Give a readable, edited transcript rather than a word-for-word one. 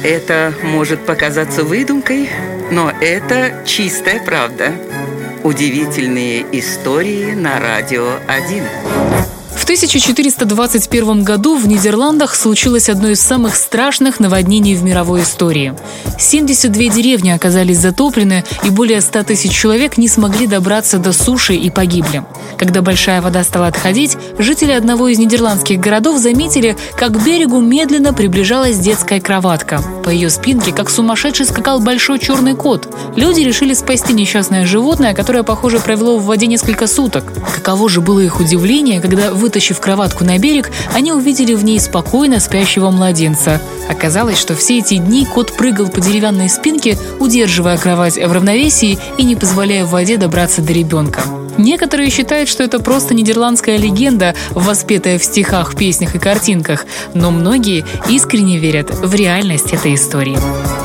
Это может показаться выдумкой, но это чистая правда. Удивительные истории на Радио 1. В 1421 году в Нидерландах случилось одно из самых страшных наводнений в мировой истории. 72 деревни оказались затоплены, и более 100 тысяч человек не смогли добраться до суши и погибли. Когда большая вода стала отходить, жители одного из нидерландских городов заметили, как к берегу медленно приближалась детская кроватка. По ее спинке, как сумасшедший, скакал большой черный кот. Люди решили спасти несчастное животное, которое, похоже, провело в воде несколько суток. Каково же было их удивление, когда, вытащив кроватку на берег, они увидели в ней спокойно спящего младенца. Оказалось, что все эти дни кот прыгал по деревянной спинке, удерживая кровать в равновесии и не позволяя в воде добраться до ребенка. Некоторые считают, что это просто нидерландская легенда, воспетая в стихах, песнях и картинках, но многие искренне верят в реальность этой истории.